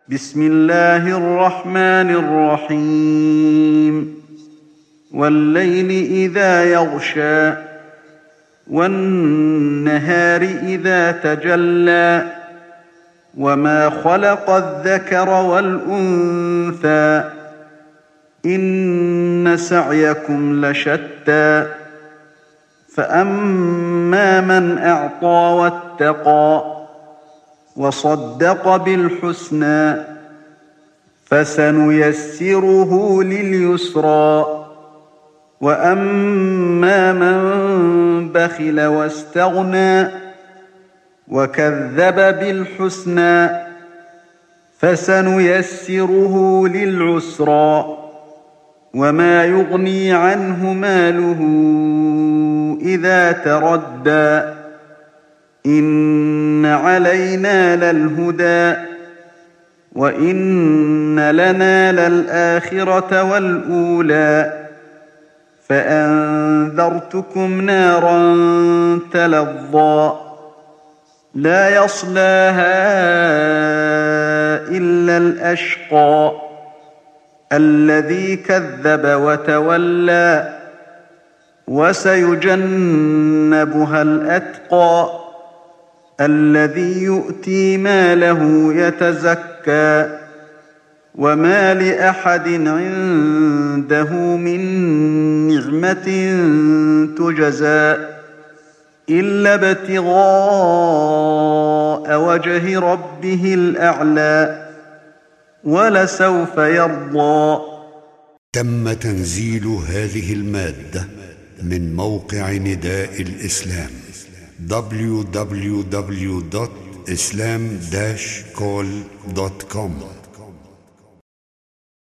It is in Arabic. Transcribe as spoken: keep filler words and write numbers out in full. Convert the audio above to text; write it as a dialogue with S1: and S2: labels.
S1: بسم الله الرحمن الرحيم والليل إذا يغشى والنهار إذا تجلى وما خلق الذكر والأنثى إن سعيكم لشتى فأما من أعطى واتقى وصدق بالحسنى فسنيسره لليسرى وأما من بخل واستغنى وكذب بالحسنى فسنيسره للعسرى وما يغني عنه ماله إذا تردى إن علينا للهدى وإن لنا للآخرة والأولى فأنذرتكم نارا تلظى لا يصلاها إلا الأشقى الذي كذب وتولى وسيجنبها الأتقى الذي يؤتي ماله يتزكى وما لأحد عنده من نعمة تجزى إلا ابتغاء وجه ربه الأعلى ولسوف يرضى.
S2: تم تنزيل هذه المادة من موقع نداء الإسلام دبليو دبليو دبليو دوت إسلام داش كول دوت كوم.